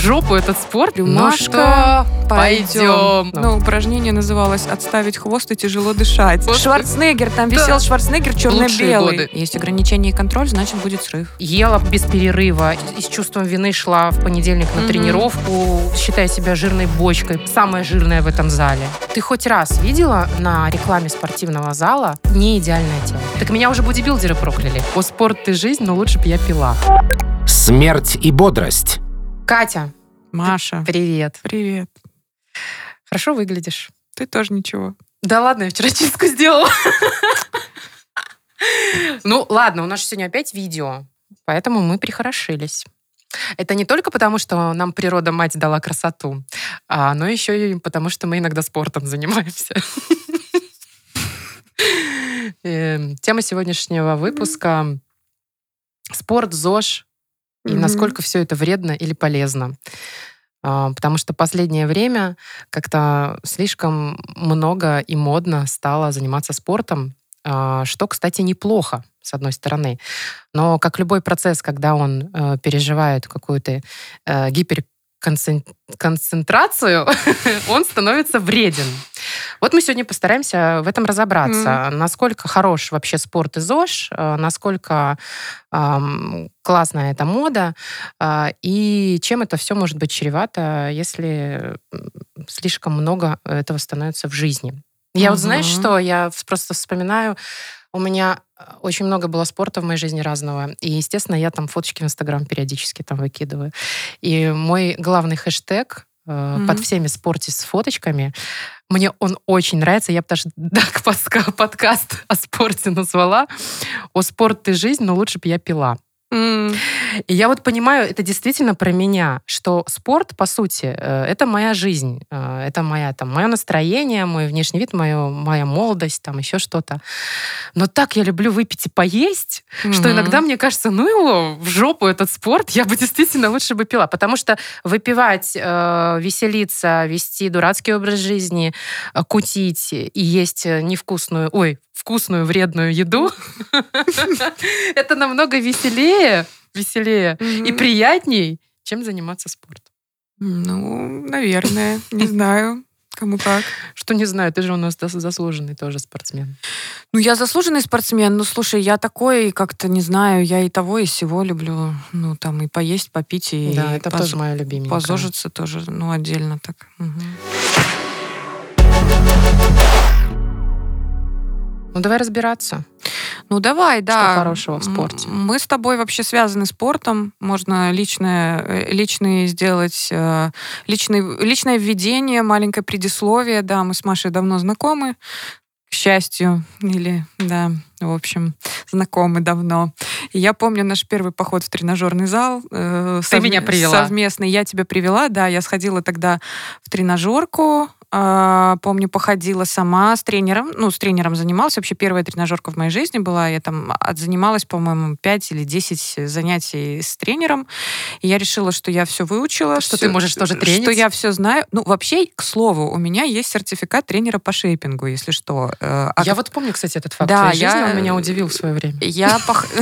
жопу этот спорт. Машка, пойдем. Ну, упражнение называлось «Отставить хвост и тяжело дышать». Шварценеггер, там висел Шварценеггер черно-белый. Годы. Есть ограничение и контроль, значит, будет срыв. Ела без перерыва и с чувством вины шла в понедельник на тренировку, считая себя жирной бочкой, самая жирная в этом зале. Ты хоть раз видела на рекламе спортивного зала не идеальное тело? Так меня уже бодибилдеры прокляли. О, спорт ты жизнь, но лучше бы я пила. Смерть и бодрость. Катя, Маша, привет. привет. Хорошо выглядишь. Ты тоже ничего. Да ладно, я вчера чистку сделала. Ну, ладно, у нас же сегодня опять видео, поэтому мы прихорошились. Это не только потому, что нам природа-мать дала красоту, но еще и потому, что мы иногда спортом занимаемся. Тема сегодняшнего выпуска — спорт, ЗОЖ, и насколько все это вредно или полезно. Потому что последнее время как-то слишком много и модно стало заниматься спортом, что, кстати, неплохо, с одной стороны. Но как любой процесс, когда он переживает какую-то гиперконцентрацию, он становится вреден. Вот мы сегодня постараемся в этом разобраться. Насколько хорош вообще спорт и ЗОЖ, насколько классная эта мода, и чем это все может быть чревато, если слишком много этого становится в жизни. Я вот, знаешь что, я просто вспоминаю, у меня очень много было спорта в моей жизни разного. И, естественно, я там фоточки в Инстаграм периодически там выкидываю. И мой главный хэштег под всеми «спорте с фоточками», мне он очень нравится. Я бы даже подкаст о спорте назвала. «О, спорт ты жизнь, но лучше бы я пила». И я вот понимаю, это действительно про меня, что спорт, по сути, это моя жизнь, это мое настроение, мой внешний вид, моя молодость, там еще что-то. Но так я люблю выпить и поесть, что иногда мне кажется, ну его в жопу этот спорт, я бы действительно лучше бы пила. Потому что выпивать, веселиться, вести дурацкий образ жизни, кутить и есть невкусную, вкусную, вредную еду, это намного веселее и приятней, чем заниматься спортом. Ну, наверное, не знаю. Кому как. Что не знаю, ты же у нас заслуженный тоже спортсмен. Ну, я заслуженный спортсмен, но, слушай, я такой, как-то, не знаю, я и того, и сего люблю. Ну, там, и поесть, попить, и... Да, это тоже моя любименькая. Позожиться тоже, ну, отдельно так. Ну, давай разбираться. Ну, давай, да. Что хорошего в спорте? Мы с тобой вообще связаны спортом. Можно личное сделать, личное введение, маленькое предисловие. Да, мы с Машей давно знакомы, к счастью. Или, да, в общем, знакомы давно. И я помню наш первый поход в тренажерный зал. Ты меня привела. Совместный. Я тебя привела, да. Я сходила тогда в тренажерку. Помню, походила сама с тренером. Ну, с тренером занималась. Вообще первая тренажерка в моей жизни была. Я там отзанималась, по-моему, 5 или 10 занятий с тренером. И я решила, что я все выучила. Что ты можешь тоже тренить? Что я все знаю. Ну, вообще, к слову, у меня есть сертификат тренера по шейпингу, если что. Я вот помню, кстати, этот факт да, в твоей жизни. Он меня удивил в свое время. Я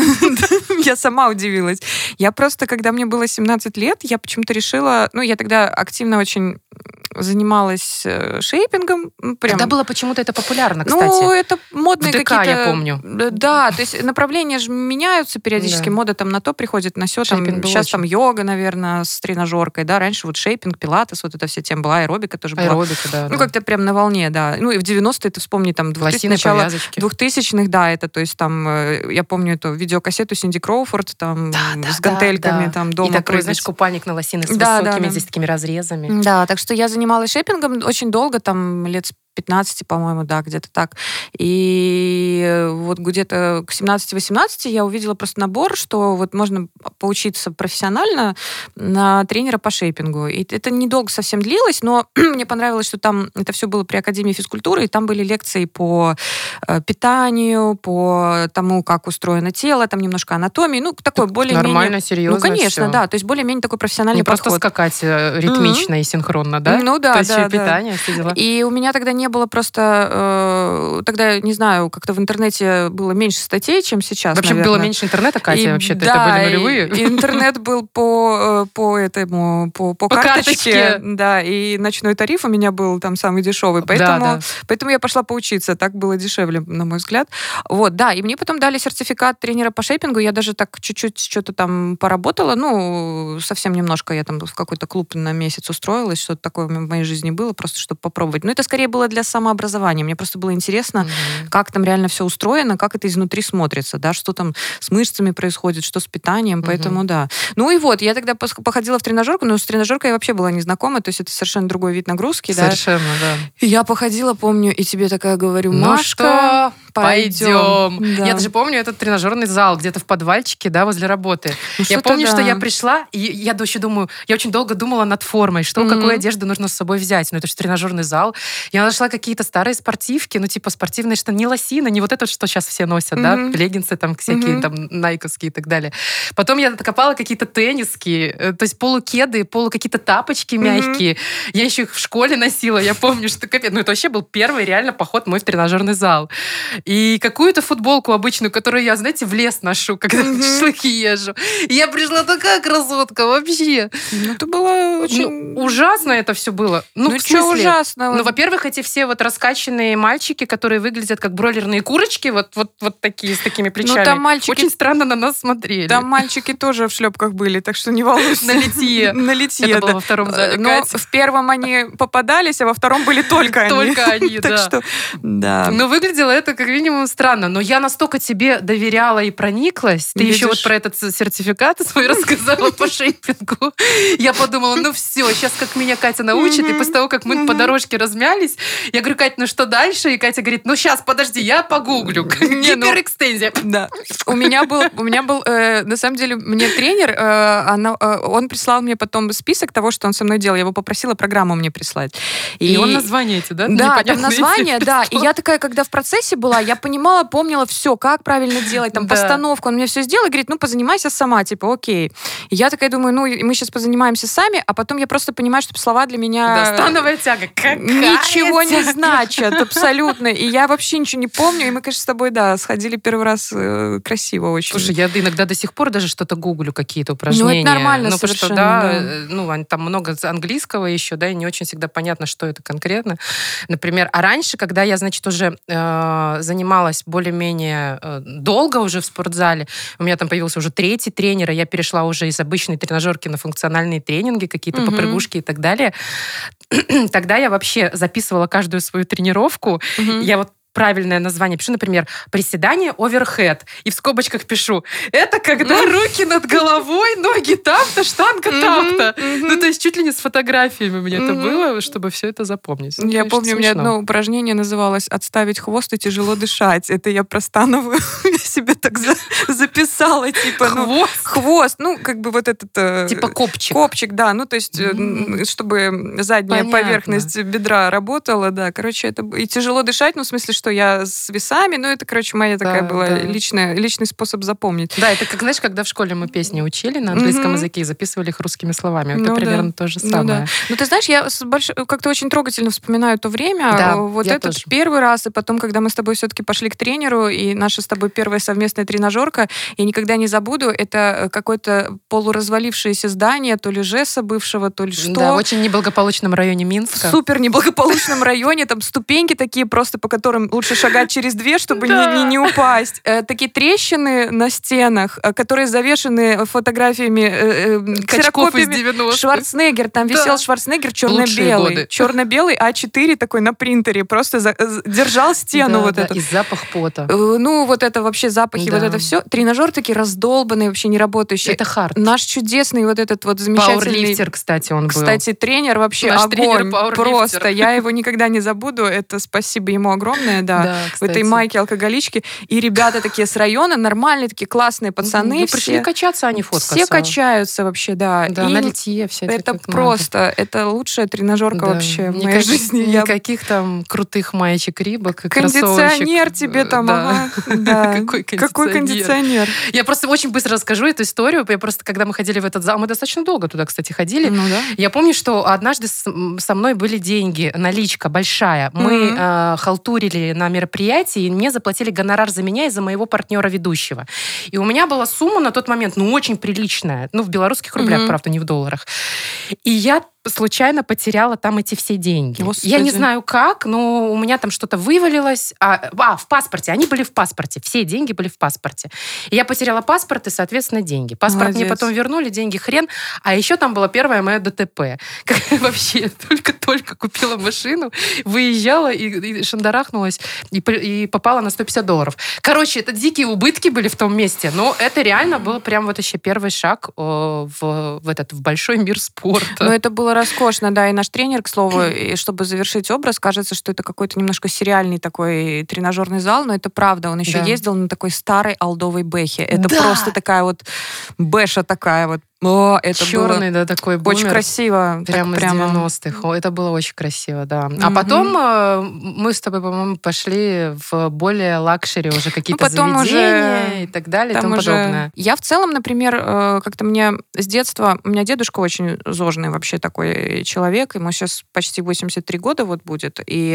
сама удивилась. Я просто, когда мне было 17 лет, я почему-то решила... Ну, я тогда активно очень занималась шейпингом. Прям. Тогда было почему-то это популярно, кстати. Ну, это модные в ДК, какие-то... я помню. Да, то есть направления же меняются периодически. Да. Мода там на то приходит, на сё. Там, сейчас там йога, наверное, с тренажеркой, да. Раньше вот шейпинг, пилатес, вот эта вся тема была, аэробика тоже была. Аэробика, да. Ну, как-то прям на волне, да. Ну, и в 90-е, ты вспомни, там, начало 2000-х, да, это, то есть там, я помню эту видеокассету Синди Кроуфорд, там, с гантельками, там, дома и такой, знаешь, купальник на лосинах с высокими здесь такими разрезами. Да, так что я занималась шейпингом очень долго, там, лет 15, по-моему, да, где-то так. И вот где-то к 17-18 я увидела просто набор, что вот можно поучиться профессионально на тренера по шейпингу. И это недолго совсем длилось, но мне понравилось, что там это все было при Академии физкультуры, и там были лекции по питанию, по тому, как устроено тело, там немножко анатомии, ну, такое более-менее... Нормально, серьезно. Ну, конечно, всё. да, то есть более-менее такой профессиональный не подход. Не просто скакать ритмично и синхронно, да? Ну, да, то есть да, и питание, все дела. И у меня тогда не не было просто... Тогда, не знаю, как-то в интернете было меньше статей, чем сейчас, Вообще наверное. было меньше интернета, Катя, вообще-то. Да, это были нулевые. И интернет был по карточке. Да, и ночной тариф у меня был там самый дешевый. Поэтому я пошла поучиться. Так было дешевле, на мой взгляд. Вот, да, и мне потом дали сертификат тренера по шейпингу. Я даже так чуть-чуть что-то там поработала. Ну, совсем немножко. Я там в какой-то клуб на месяц устроилась. Что-то такое в моей жизни было, просто чтобы попробовать. Но это скорее было для самообразования. Мне просто было интересно, как там реально все устроено, как это изнутри смотрится, да, что там с мышцами происходит, что с питанием. Поэтому, да. Ну и вот, я тогда походила в тренажерку, но с тренажеркой я вообще была не знакома, то есть это совершенно другой вид нагрузки. Совершенно, да. И я походила, помню, и тебе такая говорю: Машка, пойдем. Да. Я даже помню этот тренажерный зал где-то в подвальчике, да, возле работы. Ну, я помню, что я пришла, и я еще думаю, я очень долго думала над формой, какую одежду нужно с собой взять. Ну, это же тренажерный зал. Я нашла какие-то старые спортивки, ну, типа спортивные штаны, не лосины, не вот это, что сейчас все носят, да, леггинсы там всякие, там, найковские и так далее. Потом я докопала какие-то тенниски, то есть полукеды, какие-то тапочки мягкие. Я еще их в школе носила, я помню, что капец. Ну, это вообще был первый реально поход мой в тренажерный зал. И какую-то футболку обычную, которую я, знаете, в лес ношу, когда на шашлыки езжу. И я пришла такая красотка вообще. Ну, это было очень... ужасно это все было. Ну, что ужасного? Ну, во-первых, эти все вот раскачанные мальчики, которые выглядят как бройлерные курочки, вот такие, с такими плечами. Ну, там мальчики... Очень странно на нас смотрели. Там мальчики тоже в шлепках были, так что не волнуйся. На литье. На литье, это было во втором зале, но в первом они попадались, а во втором были только они. Только они, да. Так что, да. Но выглядело это как минимум странно. Но я настолько тебе доверяла и прониклась. Ты еще вот про этот сертификат свой рассказала по шейпингу. Я подумала, ну все, сейчас как меня Катя научит. И после того, как мы по дорожке размялись, я говорю: Катя, ну что дальше? И Катя говорит: ну сейчас, подожди, я погуглю. Гиперэкстензия. Да. У меня был, на самом деле, мне тренер, он прислал мне потом список того, что он со мной делал. Я его попросила программу мне прислать. И он название эти, да? Да, там название, да. И я такая, когда в процессе была, я помнила все, как правильно делать, там, постановку. Он мне все сделал и говорит: ну, позанимайся сама, типа, окей. И я такая думаю, ну, мы сейчас позанимаемся сами, а потом я просто понимаю, что слова для меня... Да, становая тяга. Ничего не значат, абсолютно. И я вообще ничего не помню. И мы, конечно, с тобой, да, сходили первый раз красиво очень. Слушай, я иногда до сих пор даже что-то гуглю, какие-то упражнения. Ну, это нормально совершенно. Потому что, там много английского еще, да, и не очень всегда понятно, что это конкретно. Например, а раньше, когда я, значит, уже занималась более-менее долго уже в спортзале, у меня там появился уже третий тренер, и я перешла уже из обычной тренажерки на функциональные тренинги, какие-то попрыгушки и так далее. Тогда я вообще записывала каждую свою тренировку. Я вот правильное название пишу, например, приседание оверхед. И в скобочках пишу: это когда руки над головой, ноги так-то, штанга так-то. Ну, то есть чуть ли не с фотографиями у меня это было, чтобы все это запомнить. Ну, я помню, у меня одно упражнение называлось «Отставить хвост и тяжело дышать». Это я простановую. Я себе так записала. Типа, хвост. Ну, как бы вот этот... Типа копчик. Копчик, да. Ну, то есть, чтобы задняя поверхность бедра работала, да. Короче, это... И тяжело дышать, ну, в смысле, что я с весами, ну, это, короче, моя такая была личный способ запомнить. Да, это как, знаешь, когда в школе мы песни учили на английском языке и записывали их русскими словами. Это примерно то же самое. Ну, ты знаешь, я как-то очень трогательно вспоминаю то время. Да, вот этот тоже. Первый раз, и потом, когда мы с тобой все-таки пошли к тренеру, и наша с тобой первая совместная тренажерка, я никогда не забуду, это какое-то полуразвалившееся здание, то ли ЖЭСа бывшего, то ли что. Да, в очень неблагополучном районе Минска. В супер неблагополучном районе, там ступеньки такие просто, по которым лучше шагать через две, чтобы не упасть. Такие трещины на стенах, которые завешены фотографиями качков из 90-х. Шварценеггер. Там висел Шварценеггер черно-белый. Черно-белый А4 такой на принтере. Просто держал стену вот эту. И запах пота. Ну, вот это вообще запахи, вот это все. Тренажер такие раздолбанные, вообще не работающие. Это хард. Наш чудесный вот этот вот замечательный... Пауэрлифтер, кстати, он был. Кстати, тренер вообще наш огонь. Тренер, просто. Я его никогда не забуду. Это спасибо ему огромное. наверное, да. В этой майке алкоголички. И ребята такие с района, нормальные, такие классные пацаны. Ну, пришли качаться, а не фоткаться. Все качаются вообще, да. Да, на литье все. Это просто, это лучшая тренажерка вообще в моей жизни. Никаких там крутых маечек Рибок и кроссовочек. Кондиционер тебе там, ага. Какой кондиционер? Я просто очень быстро расскажу эту историю. Я просто, когда мы ходили в этот зал, мы достаточно долго туда, кстати, ходили. Ну, да. Я помню, что однажды со мной были деньги, наличка большая. Мы халтурили на мероприятии, и мне заплатили гонорар за меня и за моего партнера-ведущего. И у меня была сумма на тот момент, очень приличная. В белорусских рублях, правда, не в долларах. И я случайно потеряла там эти все деньги. Господи. Я не знаю как, но у меня там что-то вывалилось. В паспорте. Они были в паспорте. Все деньги были в паспорте. И я потеряла паспорт и, соответственно, деньги. Паспорт Молодец. мне потом вернули, деньги хрен. А еще там было первое мое ДТП. Вообще, только купила машину, выезжала и шандарахнулась, и попала на $150. Короче, это дикие убытки были в том месте. Но это реально был прям вот еще первый шаг в большой мир спорта. Но это было роскошно, да, и наш тренер, к слову, чтобы завершить образ, кажется, что это какой-то немножко сериальный такой тренажерный зал, но это правда, он еще ездил на такой старой олдовой бэхе. Это просто такая вот бэша такая вот. Это черный, было такой бумер. Очень красиво. Прямо из 90-х. Это было очень красиво, да. А потом мы с тобой, по-моему, пошли в более лакшери уже какие-то заведения и так далее и тому подобное. Я в целом, например, как-то мне с детства... У меня дедушка очень зожный вообще такой человек. Ему сейчас почти 83 года вот будет. И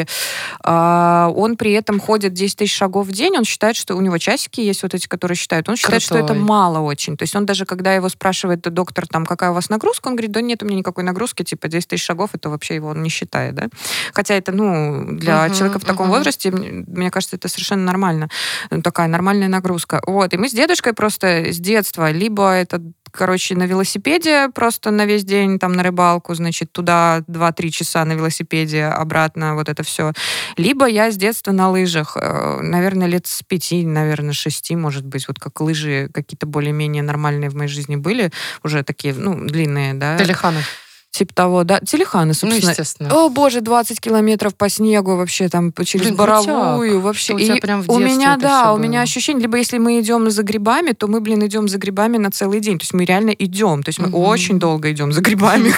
он при этом ходит 10 тысяч шагов в день. Он считает, что у него часики есть вот эти, которые считают. Он считает, что это мало очень. То есть он даже, когда его спрашивает доктор, там, какая у вас нагрузка, он говорит, да нет у меня никакой нагрузки, типа 10 тысяч шагов, это вообще его он не считает, да. Хотя это, для человека в таком возрасте, мне кажется, это совершенно нормально. Такая нормальная нагрузка. Вот. И мы с дедушкой просто с детства либо это на велосипеде просто на весь день, там, на рыбалку, значит, туда 2-3 часа на велосипеде, обратно, вот это все. Либо я с детства на лыжах, наверное, лет с 5, наверное, 6, может быть, вот как лыжи какие-то более-менее нормальные в моей жизни были, уже такие, длинные, да. Телеханы. Типа того, да. Телеханы, собственно. Естественно. О, боже, 20 километров по снегу вообще там через Боровую. Вообще. У тебя прям в у меня, это все у меня ощущение, либо если мы идем за грибами, то мы, идем за грибами на целый день. То есть мы реально идем. То есть мы очень долго идем за грибами.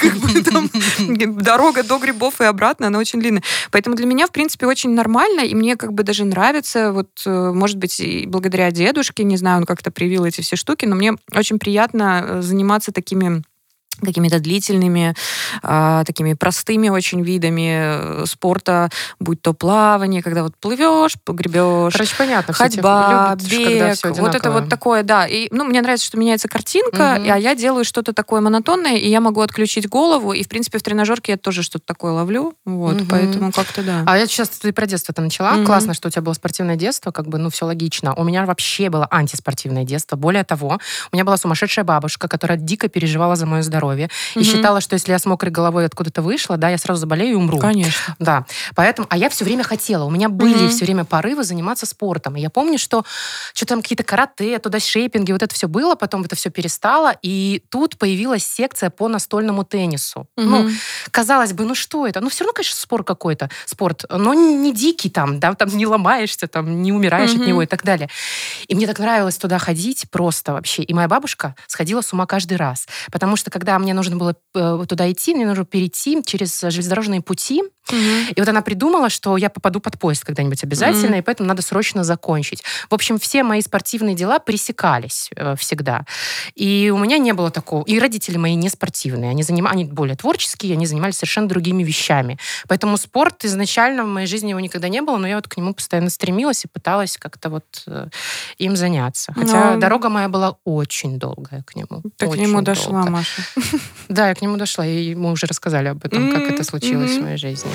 Дорога до грибов и обратно, она очень длинная. Поэтому для меня, в принципе, очень нормально, и мне даже нравится, вот, может быть, и благодаря дедушке, не знаю, он как-то привил эти все штуки, но мне очень приятно заниматься такими какими-то длительными, такими простыми очень видами спорта, будь то плавание, когда вот плывешь, погребешь, короче, понятно, ходьба, любят, бег, вот это вот такое, да. И, мне нравится, что меняется картинка, а я делаю что-то такое монотонное, и я могу отключить голову, и, в принципе, в тренажерке я тоже что-то такое ловлю, вот, поэтому как-то да. А я сейчас ты про детство-то начала. Классно, что у тебя было спортивное детство, все логично. У меня вообще было антиспортивное детство. Более того, у меня была сумасшедшая бабушка, которая дико переживала за мое здоровье и считала, что если я с мокрой головой откуда-то вышла, да, я сразу заболею и умру. Конечно. Да. Поэтому, а я все время хотела. У меня были все время порывы заниматься спортом. И я помню, что там какие-то карате, туда шейпинги, вот это все было, потом это все перестало, и тут появилась секция по настольному теннису. Казалось бы, что это? Все равно, конечно, спорт, но не дикий там не ломаешься, там не умираешь от него и так далее. И мне так нравилось туда ходить просто вообще. И моя бабушка сходила с ума каждый раз. Потому что, когда мне нужно было туда идти, мне нужно перейти через железнодорожные пути. И вот она придумала, что я попаду под поезд когда-нибудь обязательно, и поэтому надо срочно закончить. В общем, все мои спортивные дела пресекались всегда. И у меня не было такого. И родители мои не спортивные. Они более творческие, они занимались совершенно другими вещами. Поэтому спорт изначально в моей жизни его никогда не было, но я вот к нему постоянно стремилась и пыталась как-то вот им заняться. Хотя дорога моя была очень долгая к нему. Ты к нему дошла, Маша. Да, я к нему дошла, и мы уже рассказали об этом, как это случилось в моей жизни.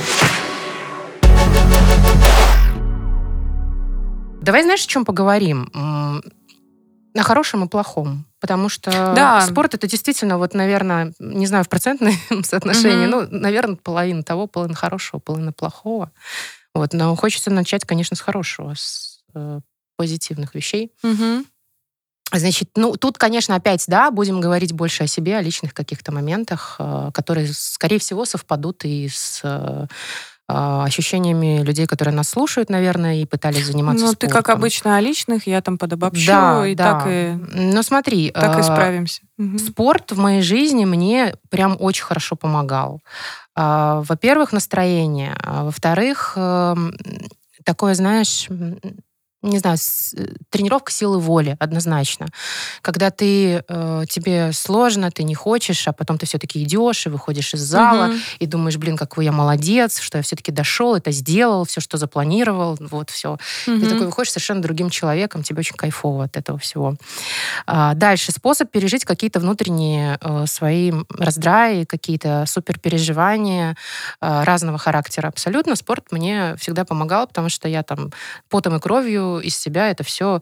Давай, знаешь, о чем поговорим? О хорошем и плохом. Потому что спорт — это действительно, вот, наверное, не знаю, в процентном соотношении, наверное, половина того, половина хорошего, половина плохого. Вот, но хочется начать, конечно, с хорошего, с позитивных вещей. Значит, тут, конечно, опять, будем говорить больше о себе, о личных каких-то моментах, которые, скорее всего, совпадут и с ощущениями людей, которые нас слушают, наверное, и пытались заниматься спортом. Ты, как обычно, о личных, я там подобобщу, Да, и да. так и... Ну, смотри. Так и справимся. Спорт в моей жизни мне прям очень хорошо помогал. Во-первых, настроение. Во-вторых, такое, знаешь, не знаю, тренировка силы воли, однозначно. Когда тебе сложно, ты не хочешь, а потом ты все-таки идешь и выходишь из зала, и думаешь, блин, какой я молодец, что я все-таки дошел, это сделал, все, что запланировал, вот все. Ты такой выходишь совершенно другим человеком, тебе очень кайфово от этого всего. Дальше. Способ пережить какие-то внутренние свои раздраи, какие-то суперпереживания разного характера абсолютно. Спорт мне всегда помогал, потому что я там потом и кровью из себя это все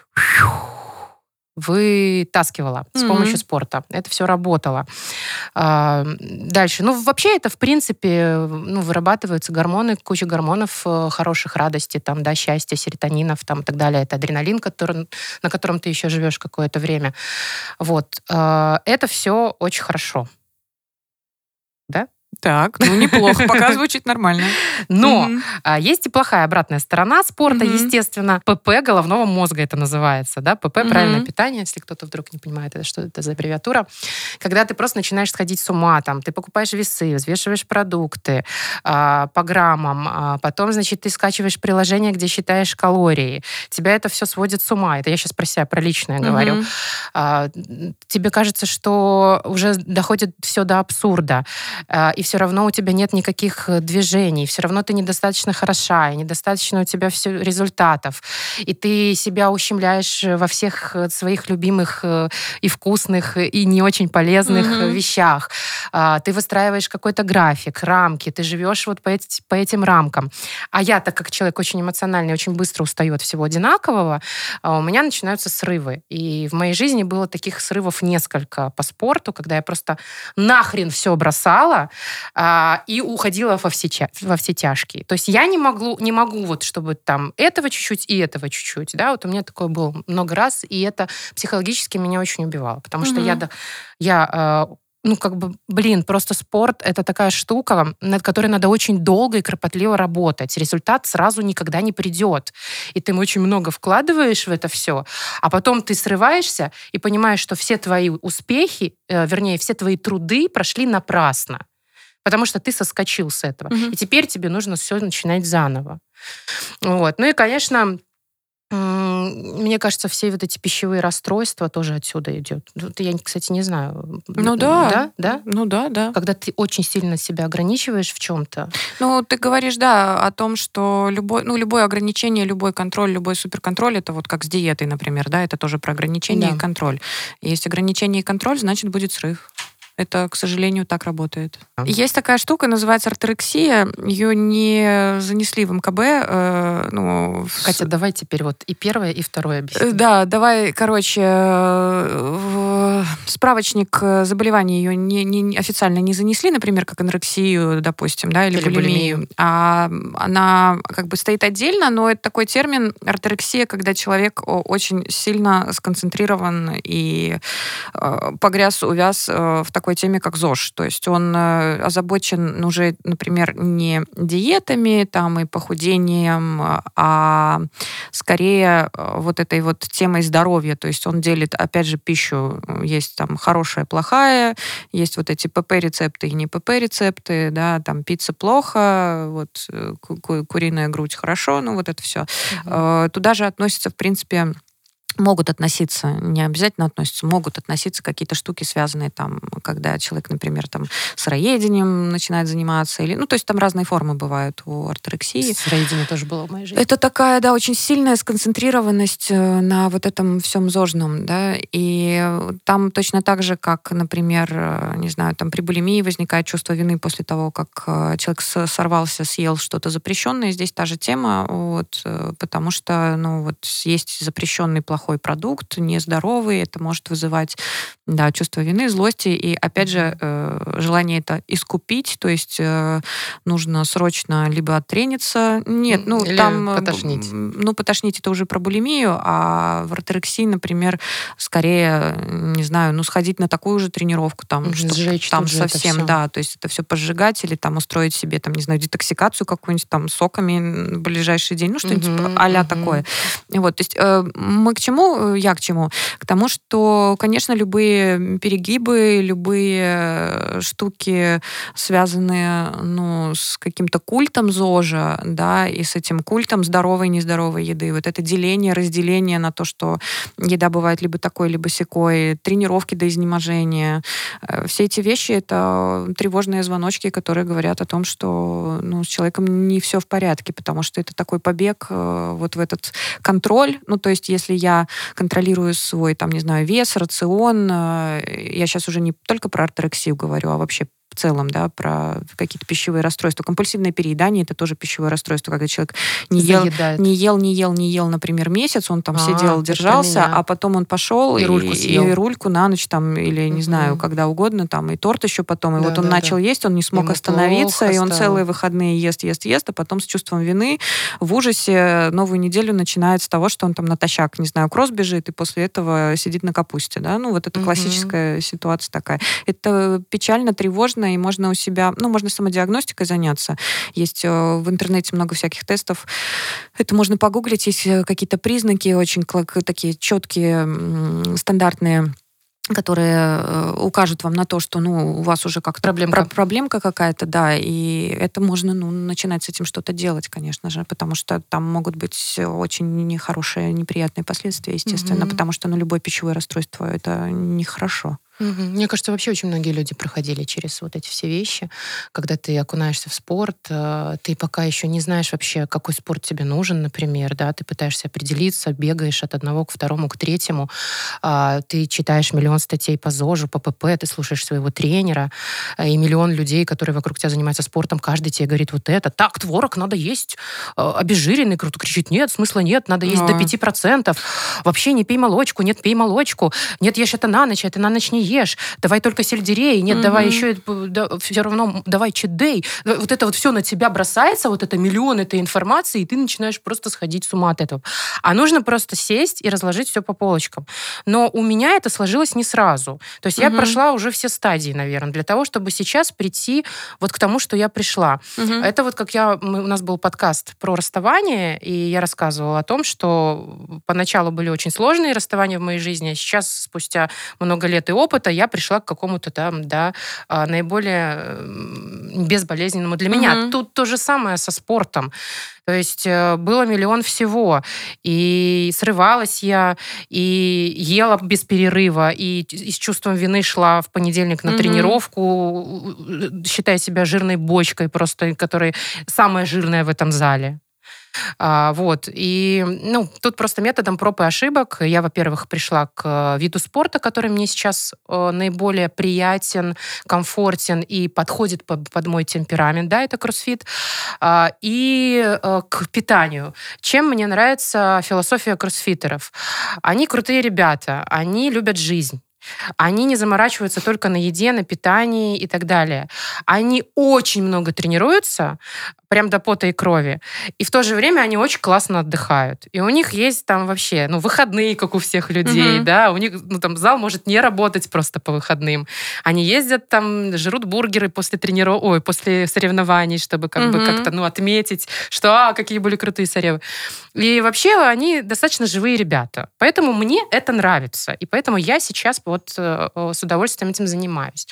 вытаскивала с помощью спорта. Это все работало. Дальше. Вообще это, в принципе, вырабатываются гормоны, куча гормонов хороших, радости, там, да, счастья, серотонинов, там, и так далее. Это адреналин, на котором ты еще живешь какое-то время. Вот. Это все очень хорошо. Да? Так, неплохо, пока звучит нормально. Но есть и плохая обратная сторона спорта, естественно. ПП головного мозга это называется, да? ПП, правильное питание, если кто-то вдруг не понимает, что это за аббревиатура. Когда ты просто начинаешь сходить с ума, там, ты покупаешь весы, взвешиваешь продукты по граммам, потом, значит, ты скачиваешь приложение, где считаешь калории. Тебя это все сводит с ума. Это я сейчас про себя, про личное говорю. Тебе кажется, что уже доходит все до абсурда. И все равно у тебя нет никаких движений, все равно ты недостаточно хороша, и недостаточно у тебя результатов. И ты себя ущемляешь во всех своих любимых и вкусных, и не очень полезных вещах. Ты выстраиваешь какой-то график, рамки, ты живешь вот по этим рамкам. А я, так как человек очень эмоциональный, очень быстро устаю от всего одинакового, у меня начинаются срывы. И в моей жизни было таких срывов несколько по спорту, когда я просто нахрен все бросала, и уходила во все тяжкие. То есть я не могу вот, чтобы там этого чуть-чуть и этого чуть-чуть. Да? Вот у меня такое было много раз, и это психологически меня очень убивало. Потому что просто спорт — это такая штука, над которой надо очень долго и кропотливо работать. Результат сразу никогда не придет. И ты очень много вкладываешь в это все, а потом ты срываешься и понимаешь, что все твои успехи, все твои труды прошли напрасно. Потому что ты соскочил с этого. И теперь тебе нужно все начинать заново. Вот. Ну и, конечно, мне кажется, все вот эти пищевые расстройства тоже отсюда идет. Я, кстати, не знаю. Да. Да? Да. Когда ты очень сильно себя ограничиваешь в чем-то. Ты говоришь, да, о том, что любое ограничение, любой контроль, любой суперконтроль, это вот как с диетой, например, да, это тоже про ограничение и контроль. Есть ограничение и контроль, значит, будет срыв. Это, к сожалению, так работает. Есть такая штука, называется орторексия. Ее не занесли в МКБ. Катя, давай теперь вот и первое, и второе объясним. Да, давай, справочник заболеваний ее официально не занесли, например, как анорексию, допустим, да, или булимию. А она как бы стоит отдельно, но это такой термин орторексия, когда человек очень сильно сконцентрирован и увяз в такой теме, как ЗОЖ. То есть он озабочен уже, например, не диетами там, и похудением, а скорее вот этой вот темой здоровья. То есть он делит, опять же, пищу. Есть там хорошая, плохая, есть вот эти ПП-рецепты и не ПП-рецепты, да, там пицца плохо, вот куриная грудь хорошо, вот это все. Туда же относятся, в принципе, могут относиться, не обязательно относятся, могут относиться какие-то штуки, связанные там, когда человек, например, там сыроедением начинает заниматься, или, то есть там разные формы бывают у орторексии. Сыроедение тоже было в моей жизни. Это такая, да, очень сильная сконцентрированность на вот этом всем зожном, да, и там точно так же, как, например, не знаю, там при булимии возникает чувство вины после того, как человек сорвался, съел что-то запрещенное, здесь та же тема, вот, потому что, есть запрещенный плохой плохой продукт, нездоровый, это может вызывать, да, чувство вины, злости, и, опять же, желание это искупить, то есть нужно срочно либо оттрениться, нет, или там... потошнить. Потошнить это уже про булимию, а в орторексии, например, скорее, не знаю, сходить на такую же тренировку, там, чтобы сжечь там тут же это совсем, всё. да, то есть это все пожигать или там устроить себе, там, не знаю, детоксикацию какую-нибудь там соками в ближайший день, что-нибудь а-ля такое. Вот, то есть мы к чему, я к чему? К тому, что, конечно, любые перегибы, любые штуки, связанные, с каким-то культом ЗОЖа, да, и с этим культом здоровой и нездоровой еды, вот это деление, разделение на то, что еда бывает либо такой, либо сякой, тренировки до изнеможения, все эти вещи — это тревожные звоночки, которые говорят о том, что с человеком не все в порядке, потому что это такой побег вот в этот контроль. То есть если я контролирую свой, там, не знаю, вес, рацион, я сейчас уже не только про орторексию говорю, а вообще в целом, да, про какие-то пищевые расстройства. Компульсивное переедание — это тоже пищевое расстройство, когда человек не ел, например, месяц, он там сидел, держался, а потом он пошел и рульку съел. и рульку на ночь там, или не знаю, когда угодно, там, и торт еще потом, и вот он начал есть, он не смог остановиться, и он целые выходные ест, а потом с чувством вины в ужасе новую неделю начинает с того, что он там натощак, не знаю, кросс бежит, и после этого сидит на капусте, да, вот это классическая ситуация такая. Это печально, тревожно, и можно у себя, можно самодиагностикой заняться. Есть в интернете много всяких тестов. Это можно погуглить, есть какие-то признаки очень такие четкие, стандартные, которые укажут вам на то, что у вас уже как-то проблемка какая-то, да, и это можно начинать с этим что-то делать, конечно же, потому что там могут быть очень нехорошие, неприятные последствия, естественно, потому что любое пищевое расстройство — это нехорошо. Мне кажется, вообще очень многие люди проходили через вот эти все вещи. Когда ты окунаешься в спорт, ты пока еще не знаешь вообще, какой спорт тебе нужен, например, да, ты пытаешься определиться, бегаешь от одного к второму, к третьему, ты читаешь миллион статей по ЗОЖу, по ПП, ты слушаешь своего тренера, и миллион людей, которые вокруг тебя занимаются спортом, каждый тебе говорит вот это. Так, творог надо есть, обезжиренный, кто-то кричит, нет, смысла нет, надо есть до 5%. Вообще не пей молочку, нет, пей молочку, нет, ешь это на ночь не ешь, давай только сельдерей, нет, давай еще, все равно, давай чит-дэй. Вот это вот все на тебя бросается, вот это миллион этой информации, и ты начинаешь просто сходить с ума от этого. А нужно просто сесть и разложить все по полочкам. Но у меня это сложилось не сразу. То есть я прошла уже все стадии, наверное, для того, чтобы сейчас прийти вот к тому, что я пришла. Это вот как у нас был подкаст про расставание, и я рассказывала о том, что поначалу были очень сложные расставания в моей жизни, а сейчас, спустя много лет и опыта, я пришла к какому-то там, да, наиболее безболезненному для меня. Тут то же самое со спортом. То есть было миллион всего. И срывалась я, и ела без перерыва, и с чувством вины шла в понедельник на тренировку, считая себя жирной бочкой, просто, которая самая жирная в этом зале. Вот. И тут просто методом проб и ошибок я, во-первых, пришла к виду спорта, который мне сейчас наиболее приятен, комфортен и подходит под мой темперамент, да, это кроссфит, и к питанию. Чем мне нравится философия кроссфитеров? Они крутые ребята, они любят жизнь. Они не заморачиваются только на еде, на питании и так далее. Они очень много тренируются, прям до пота и крови. И в то же время они очень классно отдыхают. И у них есть там вообще, выходные, как у всех людей, да, у них, там зал может не работать просто по выходным. Они ездят там, жрут бургеры после после соревнований, чтобы как-то, отметить, что, какие были крутые соревы. И вообще они достаточно живые ребята. Поэтому мне это нравится. И поэтому я сейчас вот с удовольствием этим занимаюсь.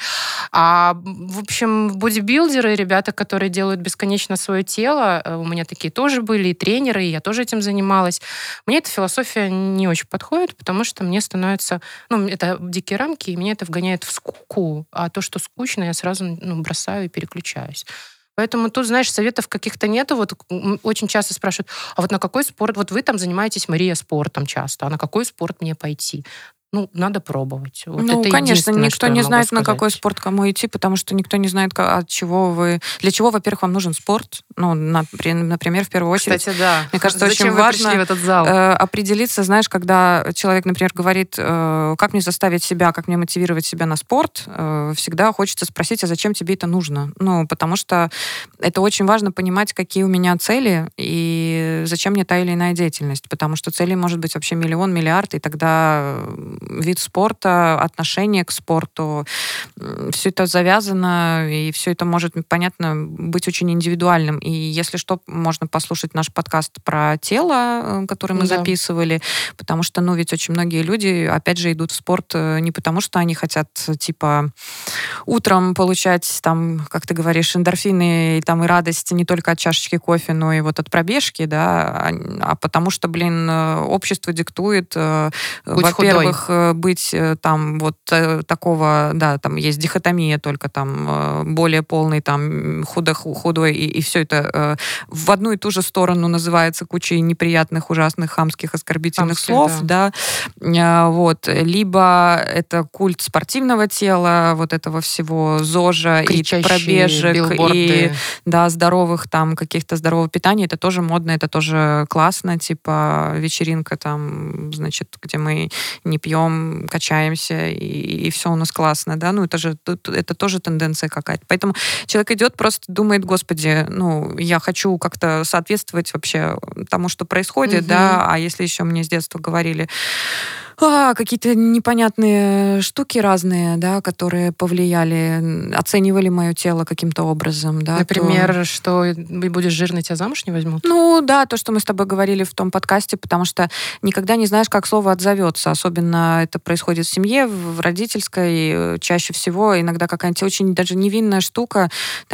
В общем, бодибилдеры, ребята, которые делают бесконечно свое тело, у меня такие тоже были, и тренеры, и я тоже этим занималась. Мне эта философия не очень подходит, потому что мне становится... это дикие рамки, и меня это вгоняет в скуку, а то, что скучно, я сразу бросаю и переключаюсь. Поэтому тут, знаешь, советов каких-то нету. Вот очень часто спрашивают, а вот на какой спорт... Вот вы там занимаетесь, Мария, спортом часто, а на какой спорт мне пойти? надо пробовать. Вот Ну, это конечно, единственное, никто что я не могу знает, на сказать. какой спорт кому идти, потому что никто не знает, от чего вы... Для чего, во-первых, вам нужен спорт. Например, в первую очередь. Кстати, да. Мне кажется, Зачем очень вы важно пришли в этот зал? определиться, знаешь, когда человек, например, говорит, как мне заставить себя, как мне мотивировать себя на спорт, всегда хочется спросить, а зачем тебе это нужно? Потому что это очень важно понимать, какие у меня цели и зачем мне та или иная деятельность. Потому что целей может быть вообще миллион, миллиард, и тогда вид спорта, отношение к спорту, все это завязано, и все это может, понятно, быть очень индивидуальным. И если что, можно послушать наш подкаст про тело, который мы записывали, потому что, ведь очень многие люди, опять же, идут в спорт не потому, что они хотят, утром получать, как ты говоришь, эндорфины и радость не только от чашечки кофе, но и вот от пробежки, да, а потому что, общество диктует, во-первых, быть такого, да, там есть дихотомия только более полный, худой, и все это в одну и ту же сторону называется кучей неприятных, ужасных, хамских, оскорбительных слов, да. Либо это культ спортивного тела, вот этого всего ЗОЖа, кричащие и пробежек, билборды. и здоровых каких-то здорового питания, это тоже модно, это тоже классно, вечеринка где мы не пьем, качаемся, и все у нас классно, да, это тоже тенденция какая-то. Поэтому человек идет, просто думает, господи, я хочу как-то соответствовать вообще тому, что происходит, да, а если еще мне с детства говорили, какие-то непонятные штуки разные, да, которые повлияли, оценивали мое тело каким-то образом, да. Например, что будешь жирной, тебя замуж не возьмут? Да, то, что мы с тобой говорили в том подкасте, потому что никогда не знаешь, как слово отзовется. Особенно это происходит в семье, в родительской. Чаще всего иногда какая-нибудь очень даже невинная штука,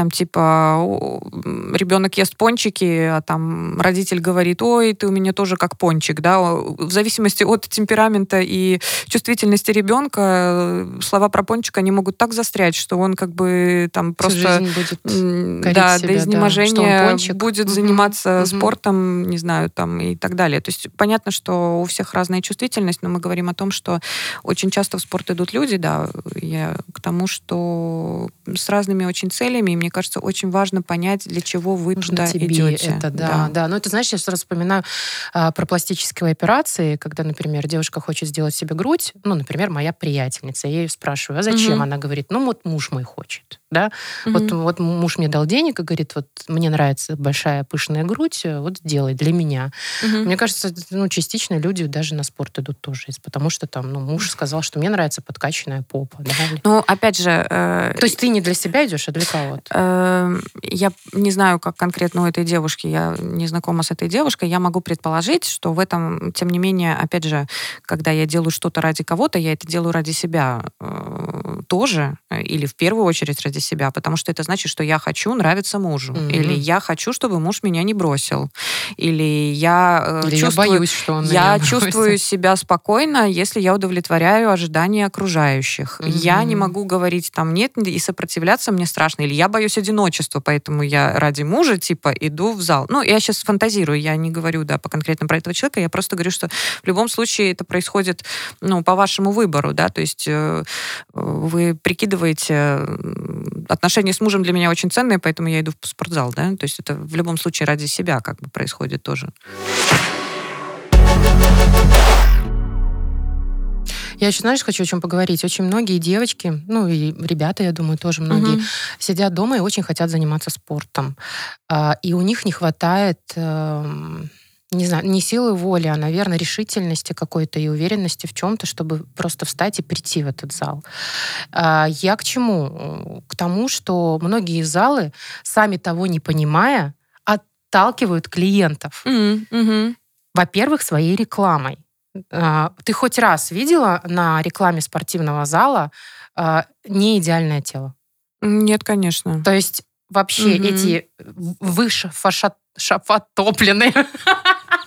ребенок ест пончики, а родитель говорит, ой, ты у меня тоже как пончик, да. В зависимости от темперамента и чувствительности ребенка слова про пончик, они могут так застрять, что он просто будет до изнеможения будет заниматься спортом, не знаю, и так далее. То есть понятно, что у всех разная чувствительность, но мы говорим о том, что очень часто в спорт идут люди, да, я к тому, что с разными очень целями, и мне кажется, очень важно понять, для чего вы туда идете. Это, да. Ну, это, знаешь, я сразу вспоминаю про пластические операции, когда, например, девушка хочет сделать себе грудь, например, моя приятельница, я ее спрашиваю, а зачем? Она говорит, вот муж мой хочет, да, вот муж мне дал денег и говорит, вот мне нравится большая пышная грудь, вот сделай для меня. Мне кажется, частично люди даже на спорт идут тоже, потому что муж сказал, что мне нравится подкачанная попа. Да? Опять же... То есть ты не для себя идешь, а для кого-то? Я не знаю, как конкретно у этой девушки, я не знакома с этой девушкой, я могу предположить, что в этом, тем не менее, опять же, когда я делаю что-то ради кого-то, я это делаю ради себя тоже, или в первую очередь ради себя, потому что это значит, что я хочу нравиться мужу, или я хочу, чтобы муж меня не бросил, или я я боюсь, что он я меня чувствую себя спокойно, если я удовлетворяю ожидания окружающих. Я не могу говорить нет и сопротивляться мне страшно, или я боюсь одиночества, поэтому я ради мужа иду в зал. Я сейчас фантазирую, я не говорю, да, конкретно про этого человека, я просто говорю, что в любом случае это происходит, по вашему выбору, да, то есть вы прикидываете, отношения с мужем для меня очень ценные, поэтому я иду в спортзал, да, то есть это в любом случае ради себя происходит тоже. Я еще, знаешь, хочу о чем поговорить. Очень многие девочки, и ребята, я думаю, тоже многие, сидят дома и очень хотят заниматься спортом. И у них не хватает... не знаю, не силы воли, а, наверное, решительности какой-то и уверенности в чем-то, чтобы просто встать и прийти в этот зал. Я к чему? К тому, что многие залы, сами того не понимая, отталкивают клиентов. Во-первых, своей рекламой. Ты хоть раз видела на рекламе спортивного зала не идеальное тело? Нет, конечно. То есть вообще эти выше шафотопленные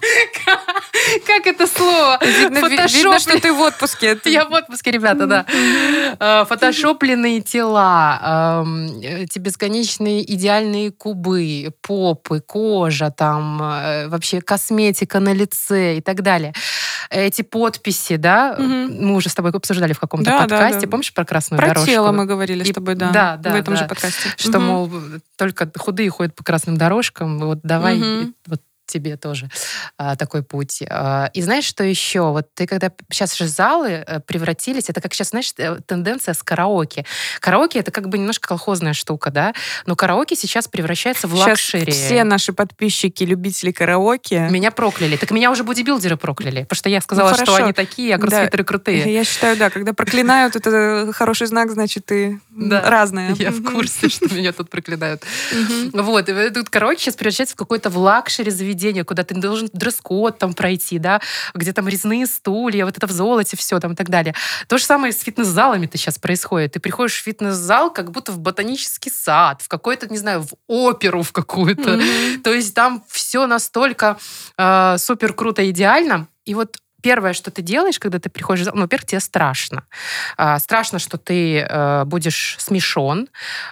Как это слово? Видно, что ты в отпуске. Я в отпуске, ребята, да. Фотошопленные тела, эти бесконечные идеальные кубы, попы, кожа, там вообще косметика на лице и так далее. Эти подписи, да, мы уже с тобой обсуждали в каком-то подкасте, помнишь про красную дорожку? Про тело мы говорили с тобой, да, в этом же подкасте. Что, мол, только худые ходят по красным дорожкам, вот давай вот тебе тоже такой путь. И знаешь, что еще? Вот ты когда... Сейчас же залы превратились, это как сейчас, знаешь, тенденция с караоке. Караоке — это как бы немножко колхозная штука, да? Но караоке сейчас превращается в лакшери. Сейчас все наши подписчики, любители караоке... Меня прокляли. Так меня уже бодибилдеры прокляли, потому что я сказала, что они такие, а кроссфитеры крутые. Я считаю, да, когда проклинают, это хороший знак, значит, ты разная. Я в курсе, что меня тут проклинают. Вот. И тут караоке сейчас превращается в какое-то в лакшери заведение, куда ты должен дресс-код там пройти, да, где там резные стулья, вот это в золоте все там и так далее. То же самое с фитнес-залами-то сейчас происходит. Ты приходишь в фитнес-зал как будто в ботанический сад, в какой-то, не знаю, в оперу в какую-то. То есть там все настолько супер круто, идеально. И вот первое, что ты делаешь, когда ты приходишь в зал, во-первых, тебе страшно. Страшно, что ты будешь смешон,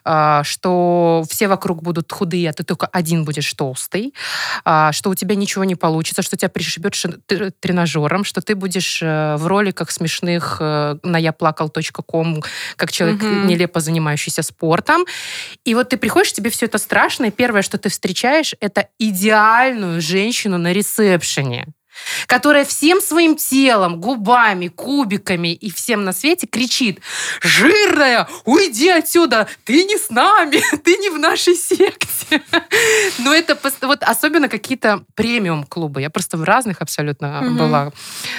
что все вокруг будут худые, а ты только один будешь толстый, что у тебя ничего не получится, что тебя пришибет тренажером, что ты будешь в роликах смешных на yaplakal.com, как человек, нелепо занимающийся спортом. И вот ты приходишь, тебе все это страшно, и первое, что ты встречаешь, это идеальную женщину на ресепшене, которая всем своим телом, губами, кубиками и всем на свете кричит: «Жирная, уйди отсюда! Ты не с нами! Ты не в нашей секте!» Но это вот особенно какие-то премиум-клубы. Я просто в разных абсолютно была.